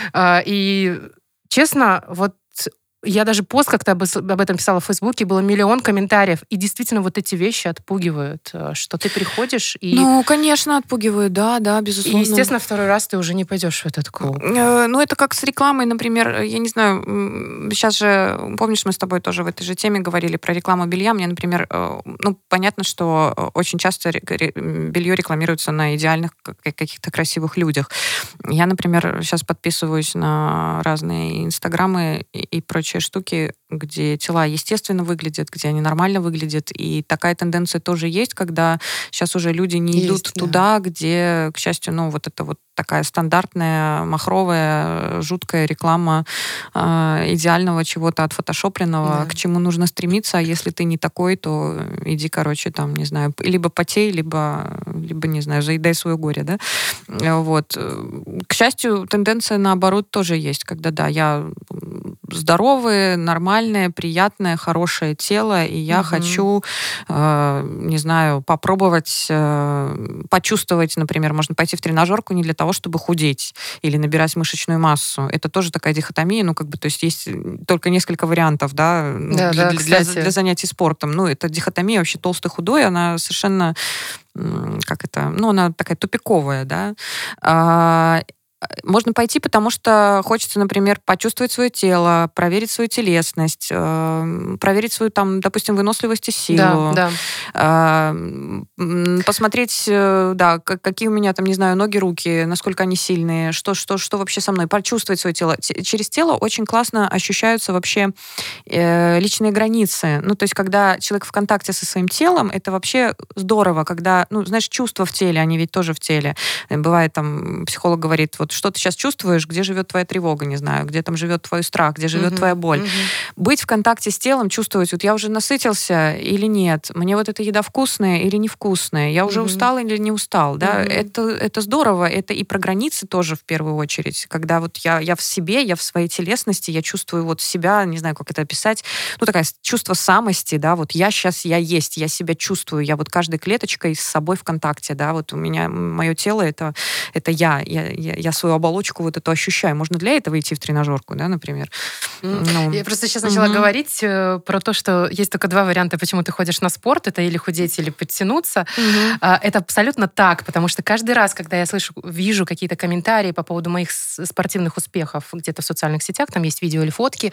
И честно, вот я даже пост как-то об этом писала в Фейсбуке, было миллион комментариев, и действительно вот эти вещи отпугивают, что ты приходишь и... Ну, конечно, отпугивают, да, безусловно. И, естественно, второй раз ты уже не пойдешь в этот клуб. Ну, это как с рекламой, например, я не знаю, сейчас же, помнишь, мы с тобой тоже в этой же теме говорили про рекламу белья. Мне, например, ну, понятно, что очень часто белье рекламируется на идеальных каких-то красивых людях. Я, например, сейчас подписываюсь на разные инстаграмы и прочие штуки, где тела естественно выглядят, где они нормально выглядят. И такая тенденция тоже есть, когда сейчас уже люди не идут туда, где, к счастью, ну, вот это вот такая стандартная, махровая, жуткая реклама идеального чего-то отфотошопленного, к чему нужно стремиться, а если ты не такой, то иди, короче, там, не знаю, либо потей, либо не знаю, заедай свое горе, да? Вот. К счастью, тенденция, наоборот, тоже есть, когда, да, я здоровое, нормальное, приятное, хорошее тело, и я хочу, не знаю, попробовать, почувствовать, например, можно пойти в тренажерку не для того, чтобы худеть или набирать мышечную массу. Это тоже такая дихотомия, ну, как бы, то есть есть только несколько вариантов, да, для занятий спортом. Ну, эта дихотомия вообще толстый-худой, она совершенно, как это, ну, она такая тупиковая, да. Можно пойти, потому что хочется, например, почувствовать свое тело, проверить свою телесность, проверить свою, там, допустим, выносливость и силу. Посмотреть, да, какие у меня, там, не знаю, ноги, руки, насколько они сильные, что вообще со мной, почувствовать свое тело. Через тело очень классно ощущаются вообще личные границы. Ну, то есть, когда человек в контакте со своим телом, это вообще здорово, когда, ну, знаешь, чувства в теле, они ведь тоже в теле. Бывает, там, психолог говорит, вот, что ты сейчас чувствуешь, где живет твоя тревога, не знаю, где там живет твой страх, где живет твоя боль. Быть в контакте с телом, чувствовать, вот я уже насытился или нет, мне вот эта еда вкусная или невкусная, я уже устал или не устал, да, это здорово, это и про границы тоже в первую очередь, когда вот я в себе, я в своей телесности, я чувствую вот себя, не знаю, как это описать, ну, такое чувство самости, да, вот я сейчас, я есть, я себя чувствую, я вот каждой клеточкой с собой в контакте, да, вот у меня, мое тело, это я свой свою оболочку вот эту ощущаю. Можно для этого идти в тренажерку, да, например. Я просто сейчас начала говорить про то, что есть только два варианта, почему ты ходишь на спорт. Это или худеть, или подтянуться. Это абсолютно так, потому что каждый раз, когда я вижу какие-то комментарии по поводу моих спортивных успехов где-то в социальных сетях, там есть видео или фотки,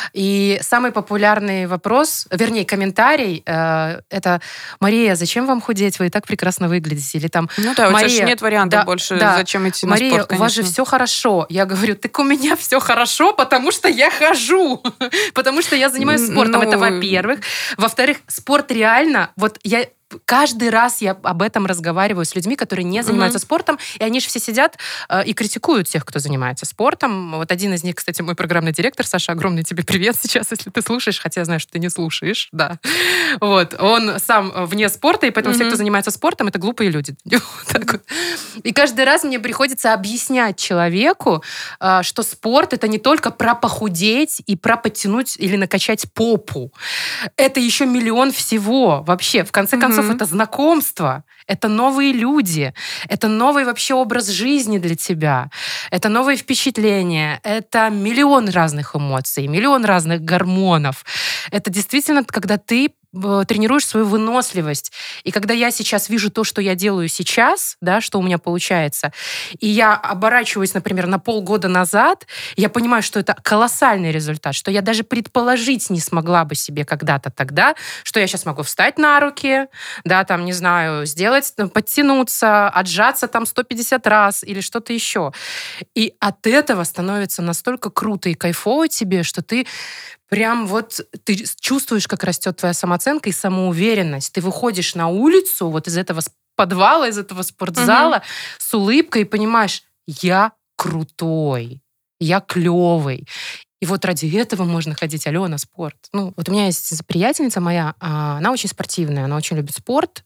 и самый популярный вопрос, вернее, комментарий, это: «Мария, зачем вам худеть? Вы и так прекрасно выглядите». Или там: у тебя «Мария, же нет вариантов больше, зачем идти на Мария, спорт, конечно. у вас же все хорошо». Я говорю: так у меня все хорошо, потому что я хожу, потому что я занимаюсь спортом. Это во-первых. Во-вторых, спорт реально, каждый раз я об этом разговариваю с людьми, которые не занимаются спортом, и они же все сидят и критикуют тех, кто занимается спортом. Вот один из них, кстати, мой программный директор. Саша, огромный тебе привет сейчас, если ты слушаешь, хотя я знаю, что ты не слушаешь, да. Вот. Он сам вне спорта, и поэтому все, кто занимается спортом, это глупые люди. Вот так вот. И каждый раз мне приходится объяснять человеку, что спорт — это не только про похудеть и про подтянуть или накачать попу. Это еще миллион всего вообще. В конце концов, это знакомство, это новые люди, это новый вообще образ жизни для тебя, это новые впечатления, это миллион разных эмоций, миллион разных гормонов. Это действительно, когда ты тренируешь свою выносливость. И когда я сейчас вижу то, что я делаю сейчас, да, что у меня получается, и я оборачиваюсь, например, на полгода назад, я понимаю, что это колоссальный результат, что я даже предположить не смогла бы себе когда-то тогда, что я сейчас могу встать на руки, да, там, не знаю, сделать, подтянуться, отжаться там 150 раз или что-то еще. И от этого становится настолько круто и кайфово тебе, что ты прям ты чувствуешь, как растет твоя самооценка и самоуверенность. Ты выходишь на улицу вот из этого подвала, из этого спортзала с улыбкой и понимаешь: я крутой, я клевый. И вот ради этого можно ходить, на спорт. Вот у меня есть приятельница моя, она очень спортивная, она очень любит спорт,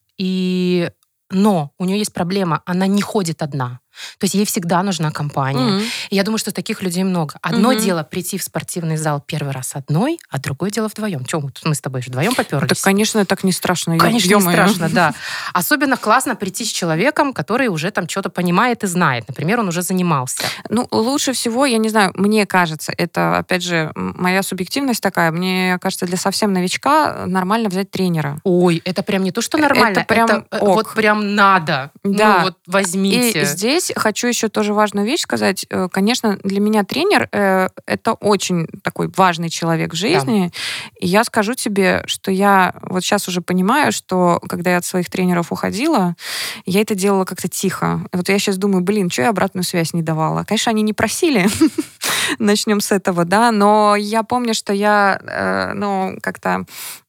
но у нее есть проблема, она не ходит одна. То есть ей всегда нужна компания. И я думаю, что таких людей много. Одно дело прийти в спортивный зал первый раз одной, а другое дело вдвоем. Чего мы с тобой же вдвоем поперлись? Так, конечно, так не страшно. Конечно, не страшно, да. Особенно классно прийти с человеком, который уже там что-то понимает и знает. Например, он уже занимался. Лучше всего, я не знаю, мне кажется, это, опять же, моя субъективность такая, мне кажется, для совсем новичка нормально взять тренера. Ой, это прям не то, что нормально, это вот прям надо. Да. Возьмите. И здесь хочу еще тоже важную вещь сказать. Конечно, для меня тренер это очень такой важный человек в жизни. Да. И я скажу тебе, что я вот сейчас уже понимаю, что когда я от своих тренеров уходила, я это делала как-то тихо. И вот я сейчас думаю, что я обратную связь не давала. Конечно, они не просили. Начнем с этого, да. Но я помню, что я, как-то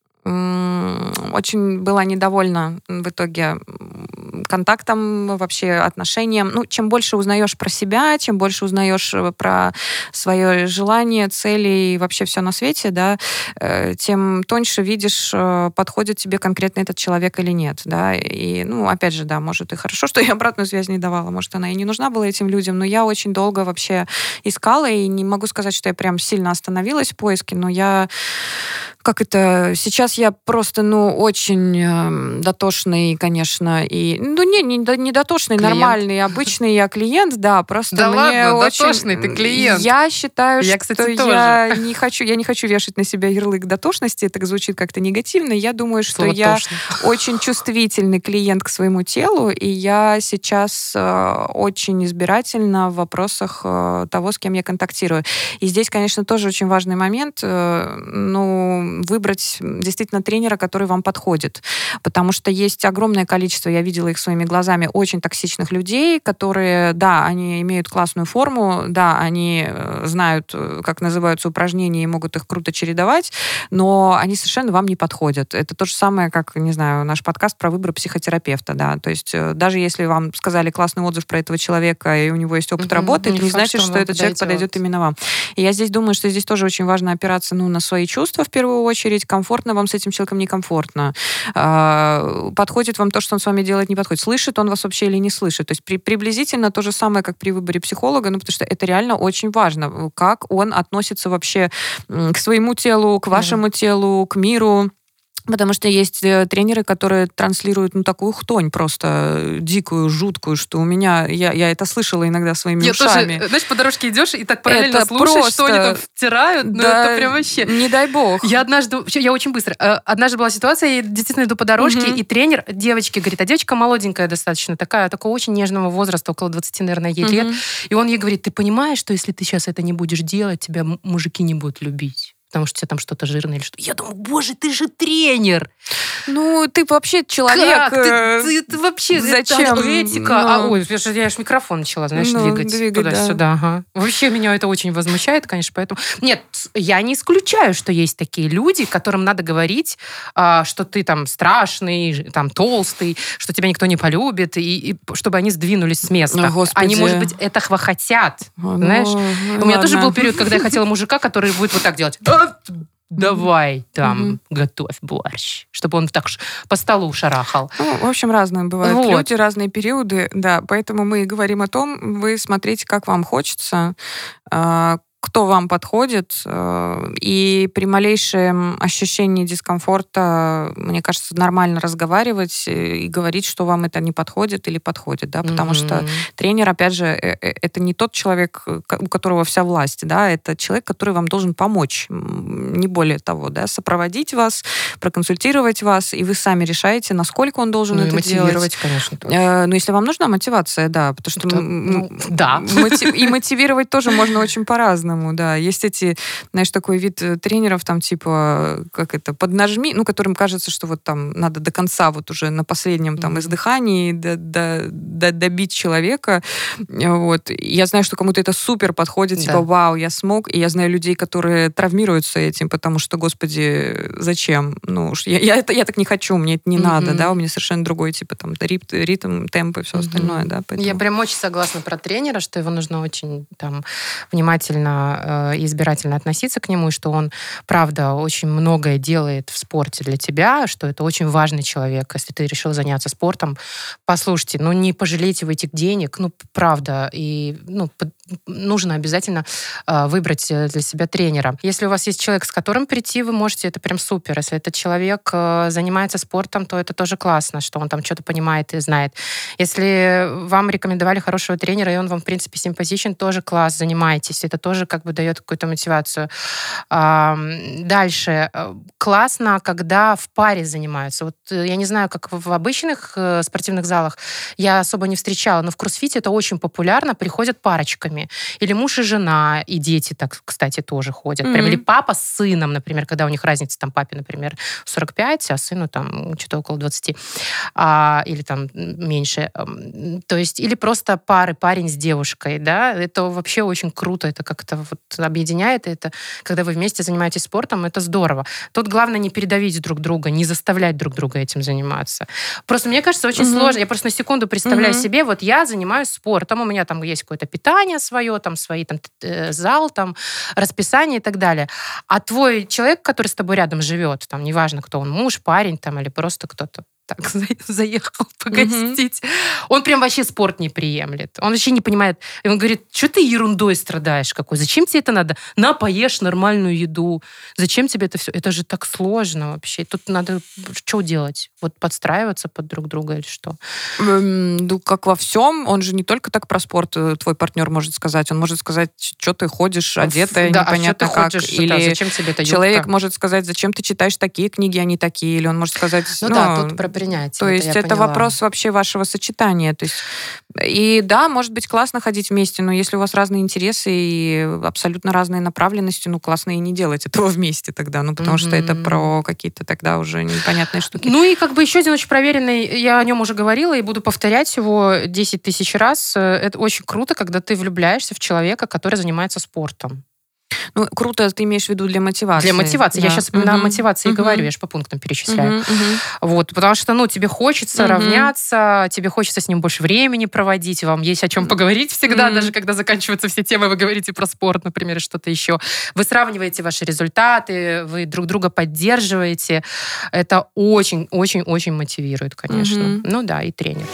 очень была недовольна в итоге контактом, вообще отношением. Чем больше узнаешь про себя, чем больше узнаешь про свое желание, цели и вообще все на свете, да, тем тоньше видишь, подходит тебе конкретно этот человек или нет, да. И, опять же, да, может и хорошо, что я обратную связь не давала, может, она и не нужна была этим людям, но я очень долго вообще искала, и не могу сказать, что я прям сильно остановилась в поиске, но я сейчас я просто, очень дотошный, конечно, и, не дотошный, клиент. Нормальный, обычный я клиент, да, просто да мне ладно, очень... дотошный ты клиент. Я считаю, кстати, что тоже. я не хочу вешать на себя ярлык дотошности, это звучит как-то негативно, я думаю, что слово я тошно. Очень чувствительный клиент к своему телу, и я сейчас очень избирательна в вопросах того, с кем я контактирую. И здесь, конечно, тоже очень важный момент, выбрать действительно тренера, который вам подходит. Потому что есть огромное количество, я видела их своими глазами, очень токсичных людей, которые, да, они имеют классную форму, да, они знают, как называются упражнения и могут их круто чередовать, но они совершенно вам не подходят. Это то же самое, как, не знаю, наш подкаст про выбор психотерапевта, да. То есть даже если вам сказали классный отзыв про этого человека, и у него есть опыт работы, это не значит, что этот человек подойдет именно вам. И я здесь думаю, что здесь тоже очень важно опираться, на свои чувства в первую очередь, комфортно вам с этим человеком, некомфортно. Подходит вам то, что он с вами делает, не подходит. Слышит он вас вообще или не слышит. То есть приблизительно то же самое, как при выборе психолога, потому что это реально очень важно, как он относится вообще к своему телу, к вашему телу, к миру. Потому что есть тренеры, которые транслируют такую хтонь просто дикую, жуткую, что у меня... Я это слышала иногда своими ушами. Тоже, знаешь, по дорожке идешь и так параллельно это слушаешь, просто... что они там втирают. Да, это прям вообще... Не дай бог. Я очень быстро. Однажды была ситуация, я действительно иду по дорожке, и тренер девочке говорит, а девочка молоденькая достаточно, такого очень нежного возраста, около 20, наверное, ей лет. И он ей говорит, ты понимаешь, что если ты сейчас это не будешь делать, тебя мужики не будут любить? Потому что у тебя там что-то жирное или что. Я думаю, боже, ты же тренер! Ну, ты вообще человек... Как? Ты вообще... Зачем? Этика. Ой, я ж микрофон начала, знаешь, двигать туда-сюда. Да. Ага. Вообще меня это очень возмущает, конечно, поэтому... Нет, я не исключаю, что есть такие люди, которым надо говорить, что ты там страшный, там толстый, что тебя никто не полюбит, и чтобы они сдвинулись с места. Они, может быть, этого хотят. Знаешь? У меня тоже был период, когда я хотела мужика, который будет вот так делать. Давай там готовь борщ, чтобы он так по столу шарахал. Ну, в общем, разные бывают люди, разные периоды, да, поэтому мы и говорим о том, вы смотрите, как вам хочется, кто вам подходит, и при малейшем ощущении дискомфорта, мне кажется, нормально разговаривать и говорить, что вам это не подходит или подходит, да, потому что тренер, опять же, это не тот человек, у которого вся власть, да, это человек, который вам должен помочь, не более того, да, сопроводить вас, проконсультировать вас, и вы сами решаете, насколько он должен это делать. Мотивировать, конечно. Ну, если вам нужна мотивация, да, потому что да. И мотивировать тоже можно очень по-разному. Да, есть эти, знаешь, такой вид тренеров, там, типа, как это, поднажми, которым кажется, что вот там надо до конца вот уже на последнем там издыхании добить человека. Вот. Я знаю, что кому-то это супер подходит, типа, вау, я смог. И я знаю людей, которые травмируются этим, потому что, господи, зачем? Я так не хочу, мне это не надо, да, у меня совершенно другой, типа, там, ритм, темп и все остальное, да. Поэтому... Я прям очень согласна про тренера, что его нужно очень там внимательно и избирательно относиться к нему, и что он, правда, очень многое делает в спорте для тебя, что это очень важный человек. Если ты решил заняться спортом, послушайте, не пожалейте вы этих денег, правда, и нужно обязательно выбрать для себя тренера. Если у вас есть человек, с которым прийти, вы можете, это прям супер. Если этот человек занимается спортом, то это тоже классно, что он там что-то понимает и знает. Если вам рекомендовали хорошего тренера, и он вам, в принципе, симпозичен, тоже класс, занимайтесь. Это тоже как бы дает какую-то мотивацию. Дальше. Классно, когда в паре занимаются. Вот я не знаю, как в обычных спортивных залах, я особо не встречала, но в кроссфите это очень популярно, приходят парочками. Или муж и жена, и дети так, кстати, тоже ходят. Прям, или папа с сыном, например, когда у них разница, там, папе, например, 45, а сыну там что-то около 20. Или там меньше. То есть, или просто парень с девушкой, да, это вообще очень круто, это как-то вот объединяет, это, когда вы вместе занимаетесь спортом, это здорово. Тут главное не передавить друг друга, не заставлять друг друга этим заниматься. Просто мне кажется, очень сложно. Я просто на секунду представляю себе, вот я занимаюсь спортом, у меня там есть какое-то питание свое, там свои там зал, там расписание и так далее. А твой человек, который с тобой рядом живет, там неважно, кто он, муж, парень там или просто кто-то так заехал погостить. Он прям вообще спорт не приемлет. Он вообще не понимает. И он говорит, что ты ерундой страдаешь какой? Зачем тебе это надо? На, поешь нормальную еду. Зачем тебе это все? Это же так сложно вообще. Тут надо что делать? Вот подстраиваться под друг друга или что? Ну, как во всем. Он же не только так про спорт твой партнер может сказать. Он может сказать, что ты ходишь одетая, непонятно как. Ходишь, или зачем тебе эта юбка? Человек может сказать, зачем ты читаешь такие книги, а не такие. Или он может сказать... тут про принятие. То есть это вопрос вообще вашего сочетания. То есть, и да, может быть, классно ходить вместе, но если у вас разные интересы и абсолютно разные направленности, классно и не делать этого вместе тогда, потому что это про какие-то тогда уже непонятные штуки. И как бы еще один очень проверенный, я о нем уже говорила и буду повторять его 10 тысяч раз. Это очень круто, когда ты влюбляешься в человека, который занимается спортом. Круто, ты имеешь в виду для мотивации. Для мотивации. Да. Я сейчас на мотивации говорю, я же по пунктам перечисляю. Вот, потому что, тебе хочется равняться, тебе хочется с ним больше времени проводить, вам есть о чем поговорить всегда, даже когда заканчиваются все темы, вы говорите про спорт, например, и что-то еще. Вы сравниваете ваши результаты, вы друг друга поддерживаете. Это очень-очень-очень мотивирует, конечно. И тренер.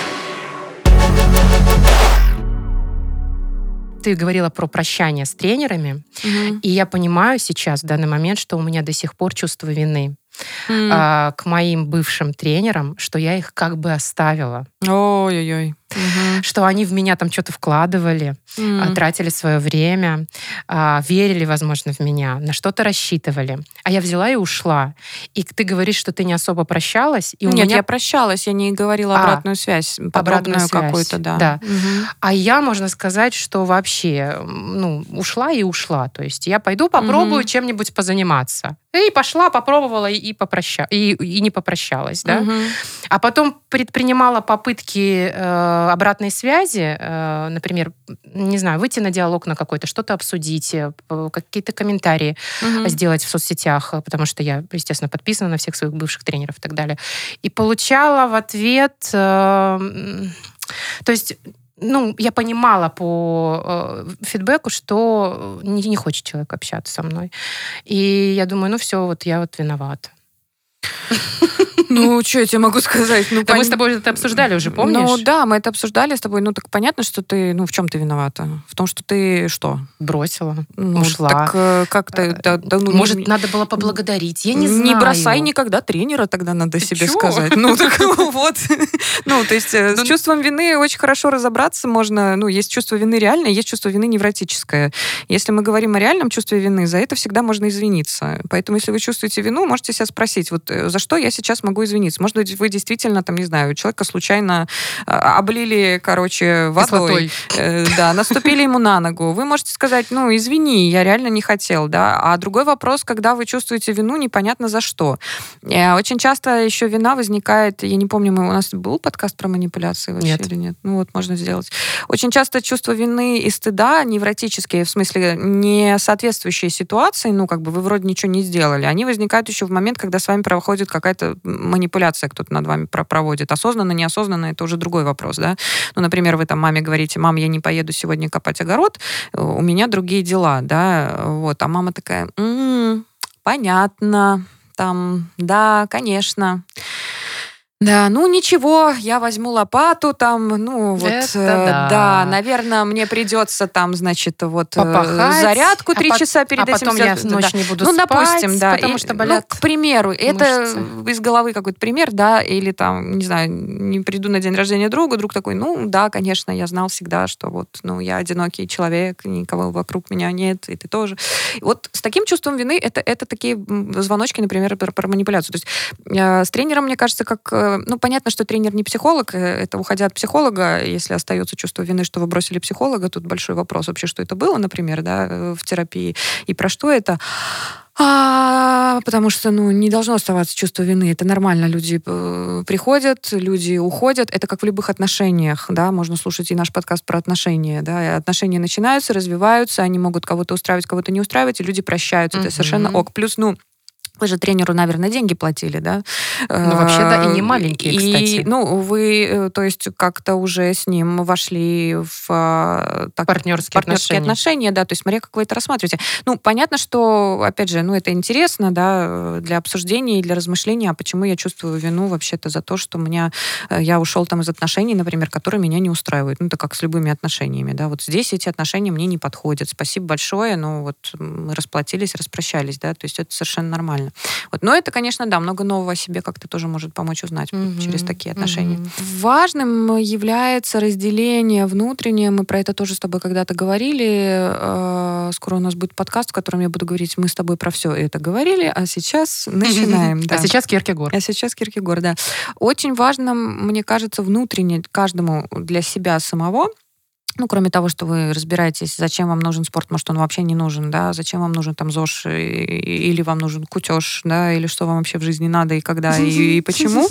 Ты говорила про прощание с тренерами, и я понимаю сейчас, в данный момент, что у меня до сих пор чувство вины. к моим бывшим тренерам, что я их как бы оставила. Ой-ой-ой. Что они в меня там что-то вкладывали, тратили свое время, верили, возможно, в меня, на что-то рассчитывали. А я взяла и ушла. И ты говоришь, что ты не особо прощалась. И Нет, я прощалась, я не говорила обратную связь, подробную какую-то, да. А я, можно сказать, что вообще ушла и ушла. То есть я пойду попробую чем-нибудь позаниматься. И пошла, попробовала и не попрощалась. Да? А потом предпринимала попытки обратной связи, например, не знаю, выйти на диалог на какой-то, что-то обсудить, какие-то комментарии сделать в соцсетях, потому что я, естественно, подписана на всех своих бывших тренеров и так далее. И получала в ответ... То есть... я понимала по фидбэку, что не хочет человек общаться со мной. И я думаю, все, я виновата. Что я тебе могу сказать? Да мы с тобой это обсуждали уже, помнишь? Да, мы это обсуждали с тобой. Так понятно, что ты... в чем ты виновата? В том, что ты что? Бросила, ушла. Так как-то... Может, надо было поблагодарить? Я не знаю. Не бросай никогда тренера, тогда надо себе сказать. То есть с чувством вины очень хорошо разобраться можно. Есть чувство вины реальное, есть чувство вины невротическое. Если мы говорим о реальном чувстве вины, за это всегда можно извиниться. Поэтому, если вы чувствуете вину, можете себя спросить, за что я сейчас могу извиниться. Может быть, вы действительно, человека случайно облили, водой. Да, наступили ему на ногу. Вы можете сказать, извини, я реально не хотел, да. А другой вопрос, когда вы чувствуете вину, непонятно за что. Очень часто еще вина возникает, я не помню, у нас был подкаст про манипуляции вообще или нет? Можно сделать. Очень часто чувство вины и стыда невротические, в смысле, не соответствующие ситуации, вы вроде ничего не сделали, они возникают еще в момент, когда с вами проходит какая-то манипуляция, кто-то над вами проводит. Осознанно, неосознанно, это уже другой вопрос, да. Например, вы маме говорите, мам, я не поеду сегодня копать огород, у меня другие дела, да, а мама такая, понятно, да, конечно. Да, ничего, я возьму лопату, да, наверное, мне придется попахать, зарядку 3 часа перед этим. А потом я ночь не буду спать, допустим, да, потому что болят к примеру, мышцы. Это из головы какой-то пример, да, или не знаю, не приду на день рождения друга, друг такой, да, конечно, я знал всегда, что я одинокий человек, никого вокруг меня нет, и ты тоже. С таким чувством вины это такие звоночки, например, про манипуляцию. То есть с тренером, мне кажется, как... понятно, что тренер не психолог, это уходя от психолога, если остается чувство вины, что вы бросили психолога, тут большой вопрос вообще, что это было, например, да, в терапии, и про что это. Потому что, не должно оставаться чувство вины. Это нормально. Люди приходят, люди уходят. Это как в любых отношениях, да. Можно слушать и наш подкаст про отношения, да. И отношения начинаются, развиваются, они могут кого-то устраивать, кого-то не устраивать, и люди прощаются. Это совершенно ок. Плюс, вы же тренеру, наверное, деньги платили, да? Вообще, да, и не маленькие, кстати. Вы, то есть, как-то уже с ним вошли в партнерские отношения, да, то есть, смотря, как вы это рассматриваете. Понятно, что, опять же, это интересно, да, для обсуждения и для размышления, а почему я чувствую вину вообще-то за то, что я ушел из отношений, например, которые меня не устраивают. Это как с любыми отношениями, да, здесь эти отношения мне не подходят. Спасибо большое, но мы расплатились, распрощались, да, то есть, это совершенно нормально. Но это, конечно, да, много нового о себе как-то тоже может помочь узнать через такие отношения. Важным является разделение внутреннее. Мы про это тоже с тобой когда-то говорили. Скоро у нас будет подкаст, в котором я буду говорить, мы с тобой про все это говорили, а сейчас начинаем. А сейчас Киркегор. Да. Очень важно, мне кажется, внутренне каждому для себя самого, кроме того, что вы разбираетесь, зачем вам нужен спорт, может, он вообще не нужен, да, зачем вам нужен ЗОЖ, или вам нужен кутеж, да, или что вам вообще в жизни надо, и когда, и почему.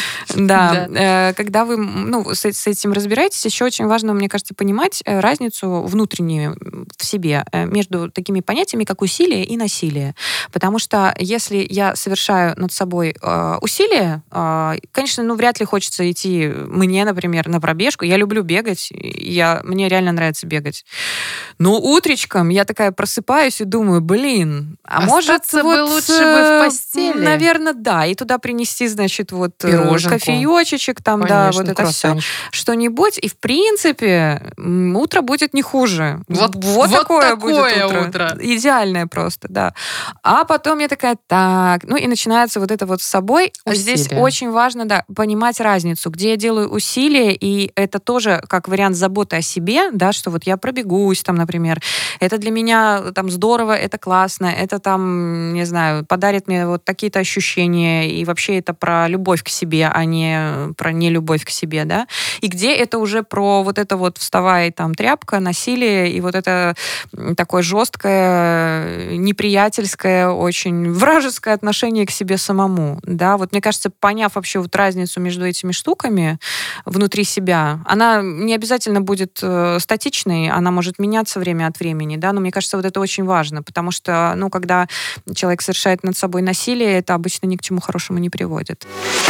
Да, когда вы, с этим разбираетесь, еще очень важно, мне кажется, понимать разницу внутреннюю в себе между такими понятиями, как усилие и насилие. Потому что если я совершаю над собой усилие, конечно, вряд ли хочется идти мне, например, на пробежку. Я люблю бегать, мне мне реально нравится бегать. Но утречком я такая просыпаюсь и думаю, Остаться бы лучше бы в постели. Наверное, да. И туда принести, значит, вот пироженку, кофеечек, там, конечно, да, вот это все, что-нибудь. И, в принципе, утро будет не хуже. Вот такое будет утро. Идеальное просто, да. А потом я такая, так, и начинается вот это вот с собой. Усилия. Здесь очень важно, да, понимать разницу, где я делаю усилия, и это тоже как вариант заботы о себе, да, что вот я пробегусь, там, например, это для меня там здорово, это классно, это там, не знаю, подарит мне вот такие-то ощущения, и вообще это про любовь к себе, а не про нелюбовь к себе, да. И где это уже про вот это вот вставай, там, тряпка, насилие, и вот это такое жесткое, неприятельское, очень вражеское отношение к себе самому, да. Вот мне кажется, поняв вообще вот разницу между этими штуками внутри себя, она не обязательно будет статичной, она может меняться время от времени, да, но мне кажется, вот это очень важно, потому что, когда человек совершает над собой насилие, это обычно ни к чему хорошему не приводит.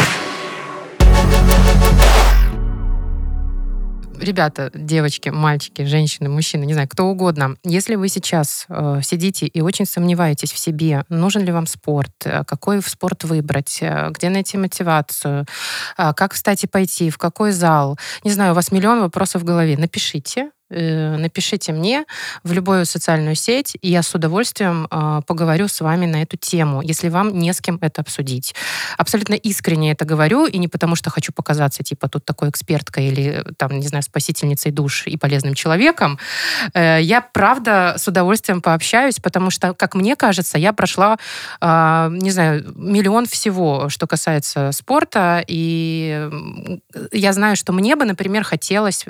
Ребята, девочки, мальчики, женщины, мужчины, не знаю, кто угодно, если вы сейчас сидите и очень сомневаетесь в себе, нужен ли вам спорт, какой спорт выбрать, где найти мотивацию, как встать и пойти, в какой зал, не знаю, у вас миллион вопросов в голове, напишите мне в любую социальную сеть, и я с удовольствием поговорю с вами на эту тему, если вам не с кем это обсудить. Абсолютно искренне это говорю, и не потому, что хочу показаться, типа, тут такой эксперткой или, там, не знаю, спасительницей душ и полезным человеком. Я, правда, с удовольствием пообщаюсь, потому что, как мне кажется, я прошла, не знаю, миллион всего, что касается спорта, и я знаю, что мне бы, например, хотелось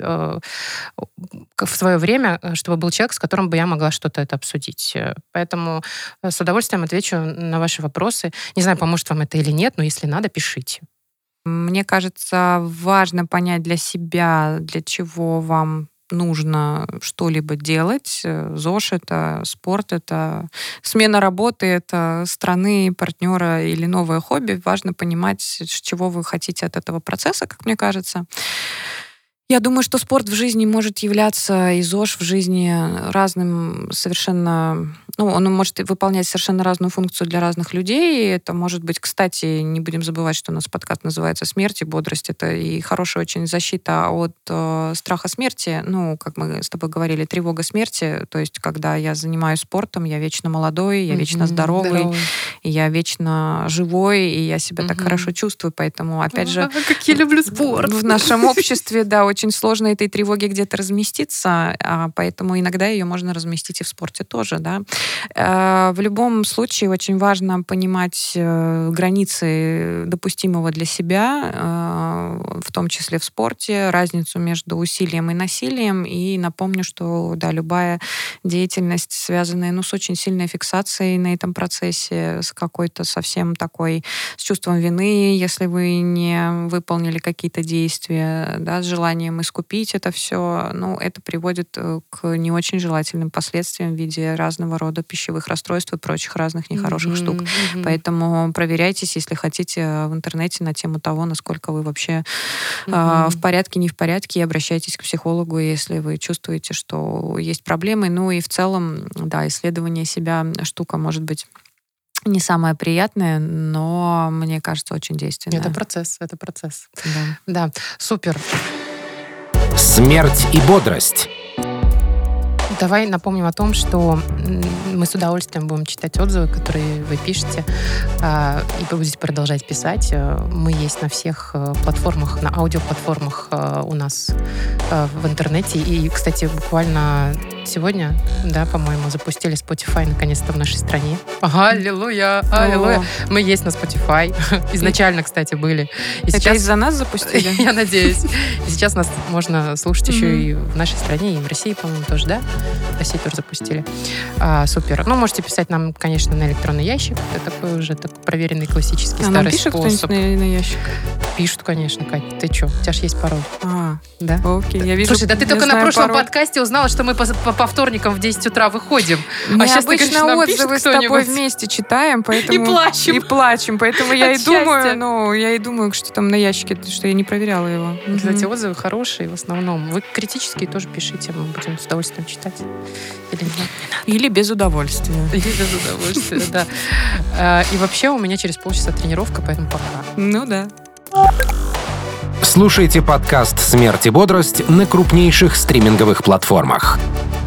в свое время, чтобы был человек, с которым бы я могла что-то это обсудить. Поэтому с удовольствием отвечу на ваши вопросы. Не знаю, поможет вам это или нет, но если надо, пишите. Мне кажется, важно понять для себя, для чего вам нужно что-либо делать. ЗОЖ — это спорт, это смена работы, это страны, партнера или новое хобби. Важно понимать, чего вы хотите от этого процесса, как мне кажется. Я думаю, что спорт в жизни может являться, и ЗОЖ в жизни разным совершенно... он может выполнять совершенно разную функцию для разных людей. Это может быть, кстати, не будем забывать, что у нас подкаст называется «Смерть и бодрость». Это и хорошая очень защита от страха смерти. Как мы с тобой говорили, тревога смерти. То есть, когда я занимаюсь спортом, я вечно молодой, я вечно здоровый, и я вечно живой, и я себя так хорошо чувствую. Поэтому, опять же... Как я люблю спорт! В нашем обществе, да, очень сложно этой тревоге где-то разместиться, поэтому иногда ее можно разместить и в спорте тоже, да. В любом случае очень важно понимать границы допустимого для себя, в том числе в спорте, разницу между усилием и насилием. И напомню, что, да, любая деятельность, связанная, с очень сильной фиксацией на этом процессе, с какой-то совсем такой, с чувством вины, если вы не выполнили какие-то действия, да, с желанием искупить это все, это приводит к не очень желательным последствиям в виде разного рода пищевых расстройств и прочих разных нехороших штук. Поэтому проверяйтесь, если хотите, в интернете на тему того, насколько вы вообще в порядке, не в порядке, и обращайтесь к психологу, если вы чувствуете, что есть проблемы. И в целом, да, исследование себя штука может быть не самое приятное, но, мне кажется, очень действенное. Это процесс. Да, супер. Смерть и бодрость. Давай напомним о том, что мы с удовольствием будем читать отзывы, которые вы пишете, и вы будете продолжать писать. Мы есть на всех платформах, на аудиоплатформах у нас в интернете. И, кстати, буквально сегодня, да, по-моему, запустили Spotify наконец-то в нашей стране. Аллилуйя! Аллилуйя! Мы есть на Spotify. Изначально, кстати, были. И это сейчас... из-за нас запустили? Я надеюсь. И сейчас нас можно слушать еще и в нашей стране, и в России, по-моему, тоже, да? В России тоже запустили. Супер. Ну, можете писать нам, конечно, на электронный ящик. Это такой уже проверенный классический старый нам пишет способ. кто-нибудь на ящик? Пишут, конечно, Кать. Ты что? У тебя же есть пароль. Да? Окей, я вижу. Слушай, да ты только на прошлом подкасте узнала, что мы по вторникам в 10 утра выходим. Мы сейчас обычно ты говоришь, нам пишет отзывы с тобой вместе читаем, поэтому... И плачем. Поэтому я и думаю, что там на ящике, что я не проверяла его. Кстати, отзывы хорошие в основном. Вы критические тоже пишите, мы будем с удовольствием читать. Или без удовольствия. Или без удовольствия, да. И вообще у меня через полчаса тренировка, поэтому пока. Ну да. Слушайте подкаст «Смерть и бодрость» на крупнейших стриминговых платформах.